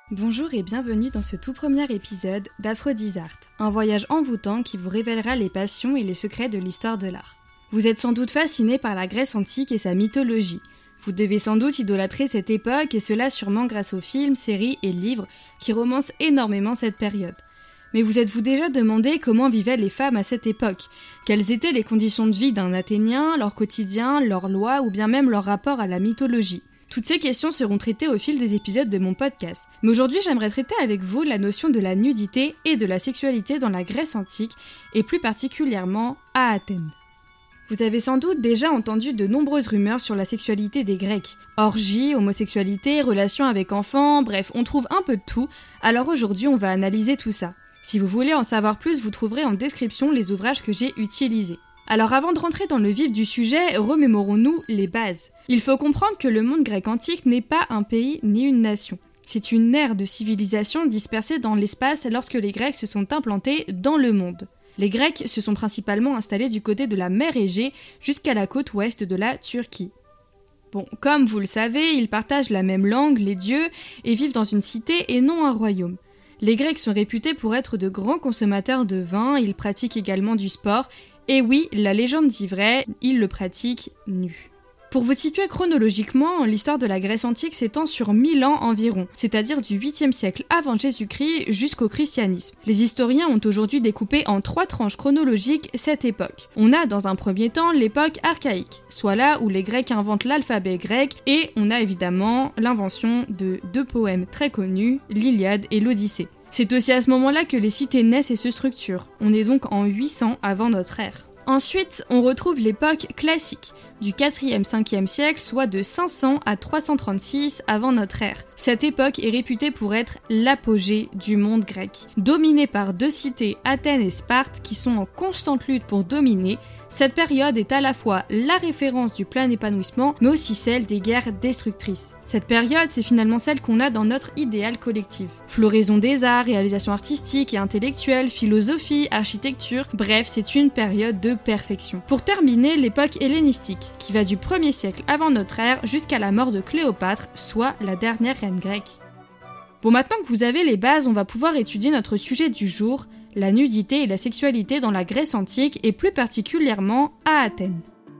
Bonjour et bienvenue dans ce tout premier épisode d'Aphrodisart, un voyage envoûtant qui vous révélera les passions et les secrets de l'histoire de l'art. Vous êtes sans doute fasciné par la Grèce antique et sa mythologie. Vous devez sans doute idolâtrer cette époque et cela sûrement grâce aux films, séries et livres qui romancent énormément cette période. Mais vous êtes-vous déjà demandé comment vivaient les femmes à cette époque? Quelles étaient les conditions de vie d'un Athénien, leur quotidien, leurs lois ou bien même leur rapport à la mythologie? Toutes ces questions seront traitées au fil des épisodes de mon podcast. Mais aujourd'hui, j'aimerais traiter avec vous la notion de la nudité et de la sexualité dans la Grèce antique, et plus particulièrement à Athènes. Vous avez sans doute déjà entendu de nombreuses rumeurs sur la sexualité des Grecs. Orgies, homosexualité, relations avec enfants, bref, on trouve un peu de tout, alors aujourd'hui on va analyser tout ça. Si vous voulez en savoir plus, vous trouverez en description les ouvrages que j'ai utilisés. Alors avant de rentrer dans le vif du sujet, remémorons-nous les bases. Il faut comprendre que le monde grec antique n'est pas un pays ni une nation. C'est une ère de civilisation dispersée dans l'espace lorsque les Grecs se sont implantés dans le monde. Les Grecs se sont principalement installés du côté de la mer Égée jusqu'à la côte ouest de la Turquie. Bon, comme vous le savez, ils partagent la même langue, les dieux, et vivent dans une cité et non un royaume. Les Grecs sont réputés pour être de grands consommateurs de vin, ils pratiquent également du sport, et oui, la légende dit vrai, ils le pratiquent nus. Pour vous situer chronologiquement, l'histoire de la Grèce antique s'étend sur 1000 ans environ, c'est-à-dire du 8e siècle avant Jésus-Christ jusqu'au christianisme. Les historiens ont aujourd'hui découpé en 3 tranches chronologiques cette époque. On a dans un premier temps l'époque archaïque, soit là où les Grecs inventent l'alphabet grec, et on a évidemment l'invention de 2 poèmes très connus, l'Iliade et l'Odyssée. C'est aussi à ce moment-là que les cités naissent et se structurent. On est donc en 800 avant notre ère. Ensuite, on retrouve l'époque classique, du 4e-5e siècle, soit de 500 à 336 avant notre ère. Cette époque est réputée pour être l'apogée du monde grec. Dominée par 2 cités, Athènes et Sparte, qui sont en constante lutte pour dominer, cette période est à la fois la référence du plein épanouissement, mais aussi celle des guerres destructrices. Cette période, c'est finalement celle qu'on a dans notre idéal collectif. Floraison des arts, réalisation artistique et intellectuelle, philosophie, architecture, bref, c'est une période de perfection. Pour terminer, l'époque hellénistique, qui va du 1er siècle avant notre ère jusqu'à la mort de Cléopâtre, soit la dernière reine grecque. Bon, maintenant que vous avez les bases, on va pouvoir étudier notre sujet du jour, la nudité et la sexualité dans la Grèce antique et plus particulièrement à Athènes.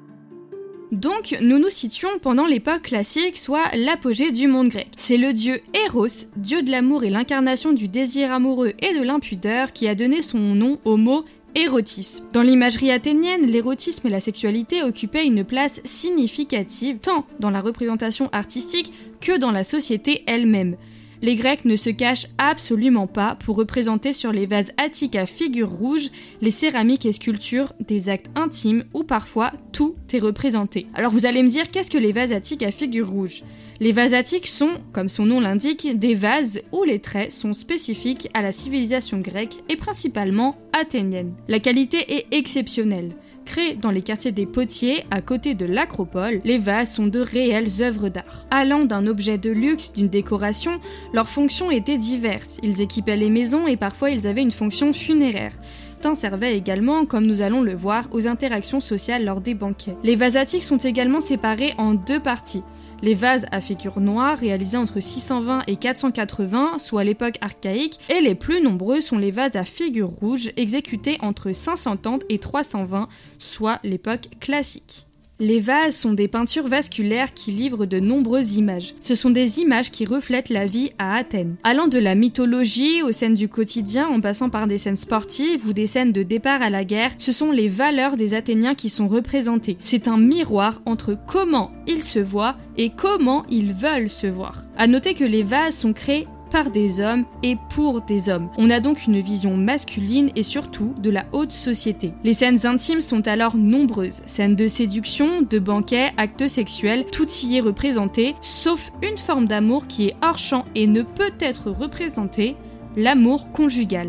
Donc, nous nous situons pendant l'époque classique, soit l'apogée du monde grec. C'est le dieu Eros, dieu de l'amour et l'incarnation du désir amoureux et de l'impudeur, qui a donné son nom au mot érotisme. Dans l'imagerie athénienne, l'érotisme et la sexualité occupaient une place significative, tant dans la représentation artistique que dans la société elle-même. Les Grecs ne se cachent absolument pas pour représenter sur les vases attiques à figures rouges, les céramiques et sculptures, des actes intimes où parfois tout est représenté. Alors vous allez me dire, qu'est-ce que les vases attiques à figures rouges? Les vases attiques sont, comme son nom l'indique, des vases où les traits sont spécifiques à la civilisation grecque et principalement athénienne. La qualité est exceptionnelle. Créés dans les quartiers des Potiers, à côté de l'Acropole, les vases sont de réelles œuvres d'art. Allant d'un objet de luxe, d'une décoration, leurs fonctions étaient diverses. Ils équipaient les maisons et parfois ils avaient une fonction funéraire. Certains servaient également, comme nous allons le voir, aux interactions sociales lors des banquets. Les vases attiques sont également séparés en 2 parties. Les vases à figures noires, réalisés entre 620 et 480, soit l'époque archaïque, et les plus nombreux sont les vases à figures rouges, exécutés entre 530 et 320, soit l'époque classique. Les vases sont des peintures vasculaires qui livrent de nombreuses images. Ce sont des images qui reflètent la vie à Athènes. Allant de la mythologie aux scènes du quotidien, en passant par des scènes sportives ou des scènes de départ à la guerre, ce sont les valeurs des Athéniens qui sont représentées. C'est un miroir entre comment ils se voient et comment ils veulent se voir. À noter que les vases sont créés par des hommes et pour des hommes. On a donc une vision masculine et surtout de la haute société. Les scènes intimes sont alors nombreuses. Scènes de séduction, de banquets, actes sexuels, tout y est représenté, sauf une forme d'amour qui est hors champ et ne peut être représentée, l'amour conjugal.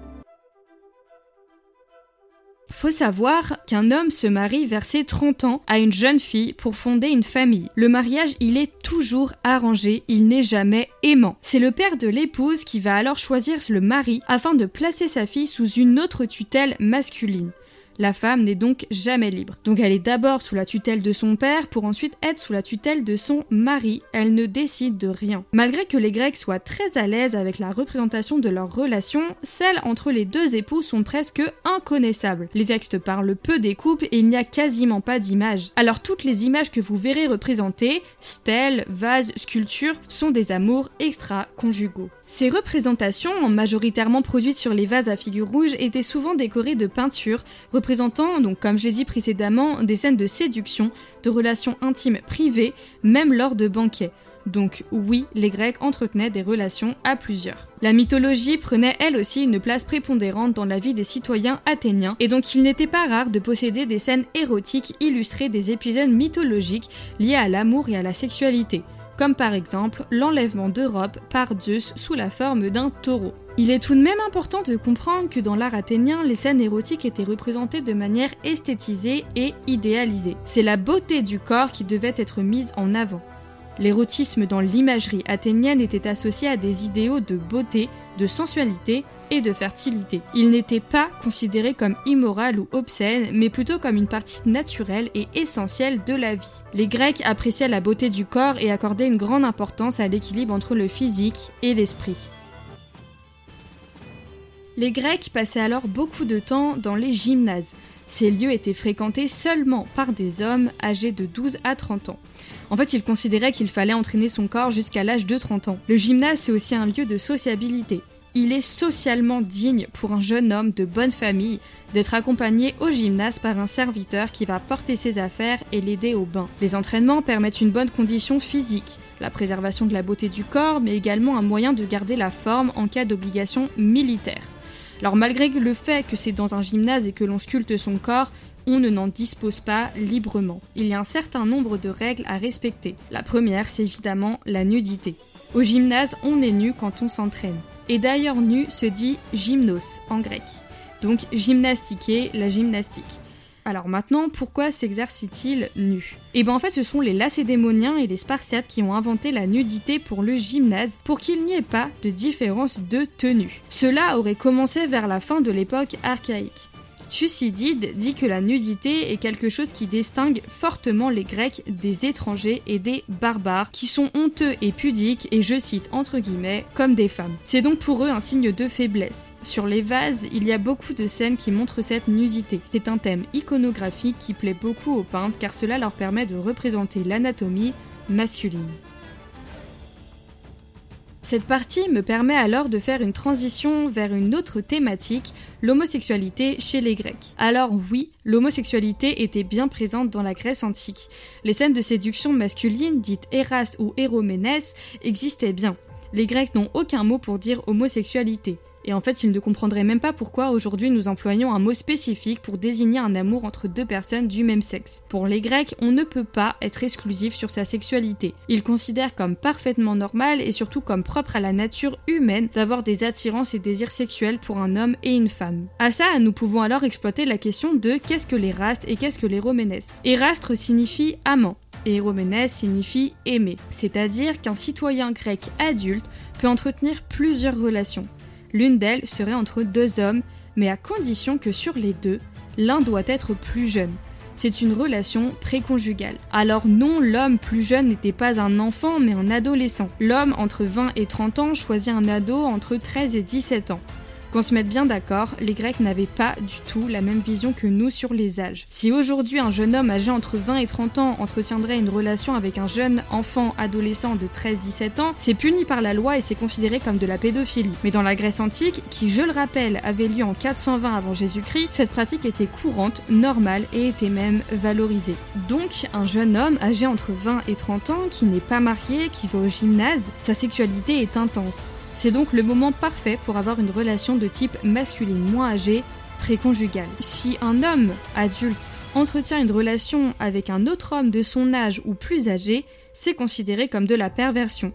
Faut savoir qu'un homme se marie vers ses 30 ans à une jeune fille pour fonder une famille. Le mariage, il est toujours arrangé, il n'est jamais aimant. C'est le père de l'épouse qui va alors choisir le mari afin de placer sa fille sous une autre tutelle masculine. La femme n'est donc jamais libre. Donc elle est d'abord sous la tutelle de son père pour ensuite être sous la tutelle de son mari. Elle ne décide de rien. Malgré que les Grecs soient très à l'aise avec la représentation de leur relation, celles entre les deux époux sont presque inconnaissables. Les textes parlent peu des couples et il n'y a quasiment pas d'images. Alors toutes les images que vous verrez représentées, stèles, vases, sculptures, sont des amours extra-conjugaux. Ces représentations, majoritairement produites sur les vases à figures rouges, étaient souvent décorées de peintures, représentant, donc comme je l'ai dit précédemment, des scènes de séduction, de relations intimes privées, même lors de banquets. Donc oui, les Grecs entretenaient des relations à plusieurs. La mythologie prenait elle aussi une place prépondérante dans la vie des citoyens athéniens, et donc il n'était pas rare de posséder des scènes érotiques illustrées des épisodes mythologiques liés à l'amour et à la sexualité, comme par exemple l'enlèvement d'Europe par Zeus sous la forme d'un taureau. Il est tout de même important de comprendre que dans l'art athénien, les scènes érotiques étaient représentées de manière esthétisée et idéalisée. C'est la beauté du corps qui devait être mise en avant. L'érotisme dans l'imagerie athénienne était associé à des idéaux de beauté, de sensualité et de fertilité. Il n'était pas considéré comme immoral ou obscène, mais plutôt comme une partie naturelle et essentielle de la vie. Les Grecs appréciaient la beauté du corps et accordaient une grande importance à l'équilibre entre le physique et l'esprit. Les Grecs passaient alors beaucoup de temps dans les gymnases. Ces lieux étaient fréquentés seulement par des hommes âgés de 12 à 30 ans. En fait, ils considéraient qu'il fallait entraîner son corps jusqu'à l'âge de 30 ans. Le gymnase, c'est aussi un lieu de sociabilité. Il est socialement digne pour un jeune homme de bonne famille d'être accompagné au gymnase par un serviteur qui va porter ses affaires et l'aider au bain. Les entraînements permettent une bonne condition physique, la préservation de la beauté du corps, mais également un moyen de garder la forme en cas d'obligation militaire. Alors malgré le fait que c'est dans un gymnase et que l'on sculpte son corps, on ne n'en dispose pas librement. Il y a un certain nombre de règles à respecter. La première, c'est évidemment la nudité. Au gymnase, on est nu quand on s'entraîne. Et d'ailleurs, nu se dit gymnos en grec. Donc gymnastiquer, la gymnastique. Alors maintenant, pourquoi s'exerce-t-il nu ? En fait, ce sont les Lacédémoniens et les Spartiates qui ont inventé la nudité pour le gymnase pour qu'il n'y ait pas de différence de tenue. Cela aurait commencé vers la fin de l'époque archaïque. Thucydide dit que la nudité est quelque chose qui distingue fortement les Grecs des étrangers et des barbares, qui sont honteux et pudiques et, je cite entre guillemets, comme des femmes. C'est donc pour eux un signe de faiblesse. Sur les vases, il y a beaucoup de scènes qui montrent cette nudité. C'est un thème iconographique qui plaît beaucoup aux peintres car cela leur permet de représenter l'anatomie masculine. Cette partie me permet alors de faire une transition vers une autre thématique, l'homosexualité chez les Grecs. Alors oui, l'homosexualité était bien présente dans la Grèce antique. Les scènes de séduction masculine, dites éraste ou éroménès, existaient bien. Les Grecs n'ont aucun mot pour dire homosexualité. Et en fait, ils ne comprendraient même pas pourquoi aujourd'hui nous employons un mot spécifique pour désigner un amour entre deux personnes du même sexe. Pour les Grecs, on ne peut pas être exclusif sur sa sexualité. Ils considèrent comme parfaitement normal et surtout comme propre à la nature humaine d'avoir des attirances et désirs sexuels pour un homme et une femme. À ça, nous pouvons alors exploiter la question de qu'est-ce que l'érastre et qu'est-ce que l'éroménès. Érastre signifie amant. Et éroménès signifie aimer. C'est-à-dire qu'un citoyen grec adulte peut entretenir plusieurs relations. L'une d'elles serait entre deux hommes, mais à condition que sur les deux, l'un doit être plus jeune. C'est une relation préconjugale. Alors non, l'homme plus jeune n'était pas un enfant, mais un adolescent. L'homme entre 20 et 30 ans choisit un ado entre 13 et 17 ans. Qu'on se mette bien d'accord, les Grecs n'avaient pas du tout la même vision que nous sur les âges. Si aujourd'hui un jeune homme âgé entre 20 et 30 ans entretiendrait une relation avec un jeune enfant adolescent de 13-17 ans, c'est puni par la loi et c'est considéré comme de la pédophilie. Mais dans la Grèce antique, qui je le rappelle avait lieu en 420 avant Jésus-Christ, cette pratique était courante, normale et était même valorisée. Donc un jeune homme âgé entre 20 et 30 ans, qui n'est pas marié, qui va au gymnase, sa sexualité est intense. C'est donc le moment parfait pour avoir une relation de type masculine moins âgée, préconjugale. Si un homme adulte entretient une relation avec un autre homme de son âge ou plus âgé, c'est considéré comme de la perversion.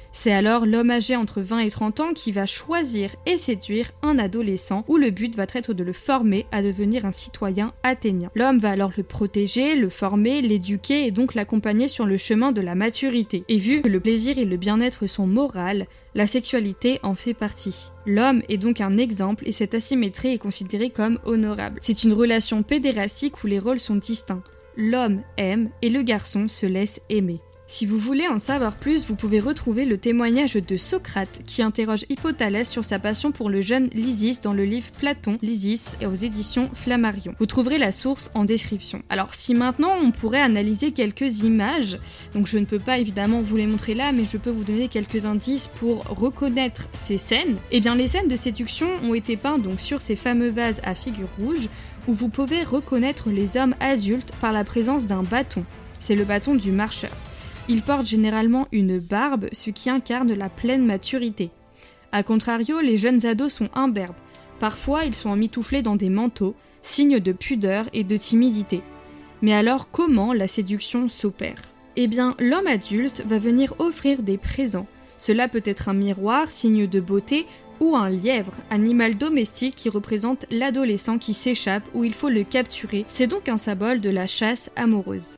C'est alors l'homme âgé entre 20 et 30 ans qui va choisir et séduire un adolescent où le but va être de le former à devenir un citoyen athénien. L'homme va alors le protéger, le former, l'éduquer et donc l'accompagner sur le chemin de la maturité. Et vu que le plaisir et le bien-être sont moraux, la sexualité en fait partie. L'homme est donc un exemple et cette asymétrie est considérée comme honorable. C'est une relation pédérastique où les rôles sont distincts. L'homme aime et le garçon se laisse aimer. Si vous voulez en savoir plus, vous pouvez retrouver le témoignage de Socrate qui interroge Hippothalès sur sa passion pour le jeune Lysis dans le livre Platon, Lysis et aux éditions Flammarion. Vous trouverez la source en description. Alors si maintenant on pourrait analyser quelques images, donc je ne peux pas évidemment vous les montrer là, mais je peux vous donner quelques indices pour reconnaître ces scènes. Eh bien les scènes de séduction ont été peintes donc sur ces fameux vases à figure rouge où vous pouvez reconnaître les hommes adultes par la présence d'un bâton. C'est le bâton du marcheur. Ils portent généralement une barbe, ce qui incarne la pleine maturité. A contrario, les jeunes ados sont imberbes. Parfois, ils sont emmitouflés dans des manteaux, signe de pudeur et de timidité. Mais alors, comment la séduction s'opère ? Eh bien, l'homme adulte va venir offrir des présents. Cela peut être un miroir, signe de beauté, ou un lièvre, animal domestique qui représente l'adolescent qui s'échappe où il faut le capturer. C'est donc un symbole de la chasse amoureuse.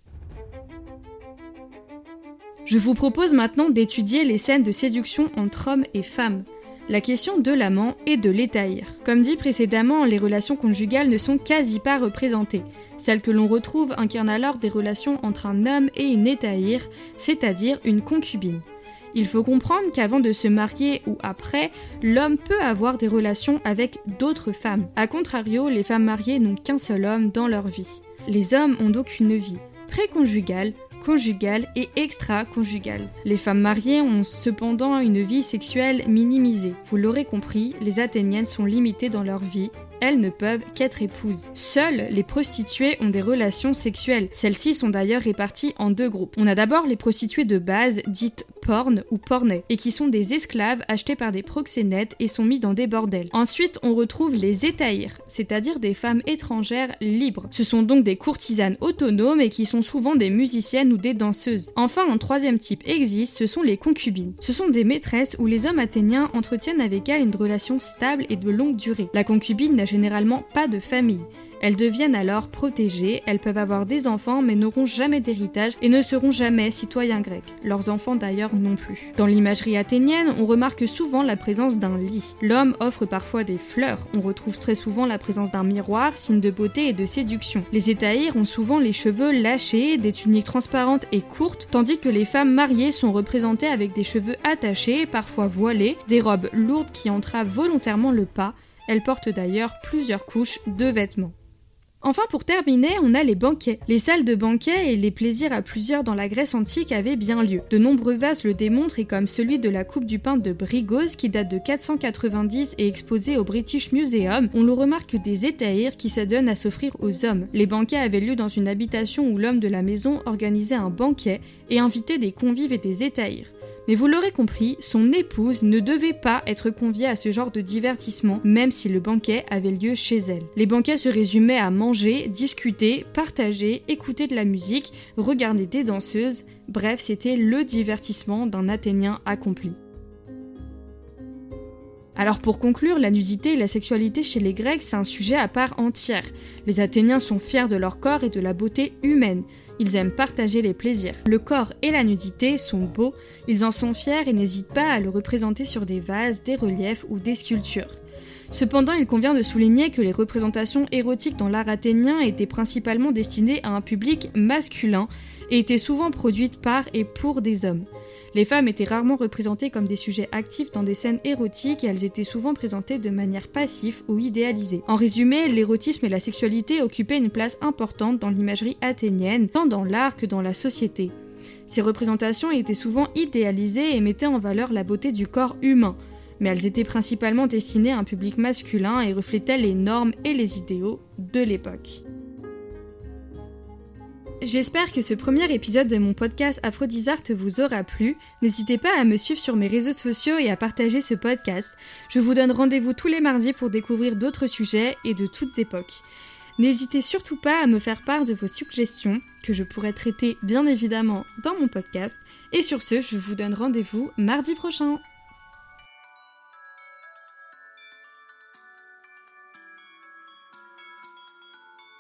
Je vous propose maintenant d'étudier les scènes de séduction entre hommes et femmes. La question de l'amant et de l'étahir. Comme dit précédemment, les relations conjugales ne sont quasi pas représentées. Celles que l'on retrouve incarnent alors des relations entre un homme et une étahir, c'est-à-dire une concubine. Il faut comprendre qu'avant de se marier ou après, l'homme peut avoir des relations avec d'autres femmes. A contrario, les femmes mariées n'ont qu'un seul homme dans leur vie. Les hommes ont donc une vie préconjugale, conjugale et extra-conjugale. Les femmes mariées ont cependant une vie sexuelle minimisée. Vous l'aurez compris, les Athéniennes sont limitées dans leur vie. Elles ne peuvent qu'être épouses. Seules les prostituées ont des relations sexuelles. Celles-ci sont d'ailleurs réparties en deux groupes. On a d'abord les prostituées de base, dites porn ou pornées, et qui sont des esclaves achetés par des proxénètes et sont mis dans des bordels. Ensuite, on retrouve les étahirs, c'est-à-dire des femmes étrangères libres. Ce sont donc des courtisanes autonomes et qui sont souvent des musiciennes ou des danseuses. Enfin, un troisième type existe, ce sont les concubines. Ce sont des maîtresses où les hommes athéniens entretiennent avec elles une relation stable et de longue durée. La concubine n'a généralement pas de famille. Elles deviennent alors protégées, elles peuvent avoir des enfants mais n'auront jamais d'héritage et ne seront jamais citoyens grecs. Leurs enfants d'ailleurs non plus. Dans l'imagerie athénienne, on remarque souvent la présence d'un lit. L'homme offre parfois des fleurs. On retrouve très souvent la présence d'un miroir, signe de beauté et de séduction. Les étahirs ont souvent les cheveux lâchés, des tuniques transparentes et courtes, tandis que les femmes mariées sont représentées avec des cheveux attachés, parfois voilés, des robes lourdes qui entravent volontairement le pas. Elles portent d'ailleurs plusieurs couches de vêtements. Enfin, pour terminer, on a les banquets. Les salles de banquets et les plaisirs à plusieurs dans la Grèce antique avaient bien lieu. De nombreux vases le démontrent et comme celui de la coupe du peintre de Brigose qui date de 490 et exposé au British Museum, on le remarque des étahirs qui s'adonnent à s'offrir aux hommes. Les banquets avaient lieu dans une habitation où l'homme de la maison organisait un banquet et invitait des convives et des étahirs. Mais vous l'aurez compris, son épouse ne devait pas être conviée à ce genre de divertissement, même si le banquet avait lieu chez elle. Les banquets se résumaient à manger, discuter, partager, écouter de la musique, regarder des danseuses, bref, c'était le divertissement d'un Athénien accompli. Alors pour conclure, la nudité et la sexualité chez les Grecs, c'est un sujet à part entière. Les Athéniens sont fiers de leur corps et de la beauté humaine. Ils aiment partager les plaisirs. Le corps et la nudité sont beaux, ils en sont fiers et n'hésitent pas à le représenter sur des vases, des reliefs ou des sculptures. Cependant, il convient de souligner que les représentations érotiques dans l'art athénien étaient principalement destinées à un public masculin et étaient souvent produites par et pour des hommes. Les femmes étaient rarement représentées comme des sujets actifs dans des scènes érotiques et elles étaient souvent présentées de manière passive ou idéalisée. En résumé, l'érotisme et la sexualité occupaient une place importante dans l'imagerie athénienne, tant dans l'art que dans la société. Ces représentations étaient souvent idéalisées et mettaient en valeur la beauté du corps humain, mais elles étaient principalement destinées à un public masculin et reflétaient les normes et les idéaux de l'époque. J'espère que ce premier épisode de mon podcast Aphrodisarte vous aura plu. N'hésitez pas à me suivre sur mes réseaux sociaux et à partager ce podcast. Je vous donne rendez-vous tous les mardis pour découvrir d'autres sujets et de toutes époques. N'hésitez surtout pas à me faire part de vos suggestions, que je pourrai traiter bien évidemment dans mon podcast. Et sur ce, je vous donne rendez-vous mardi prochain.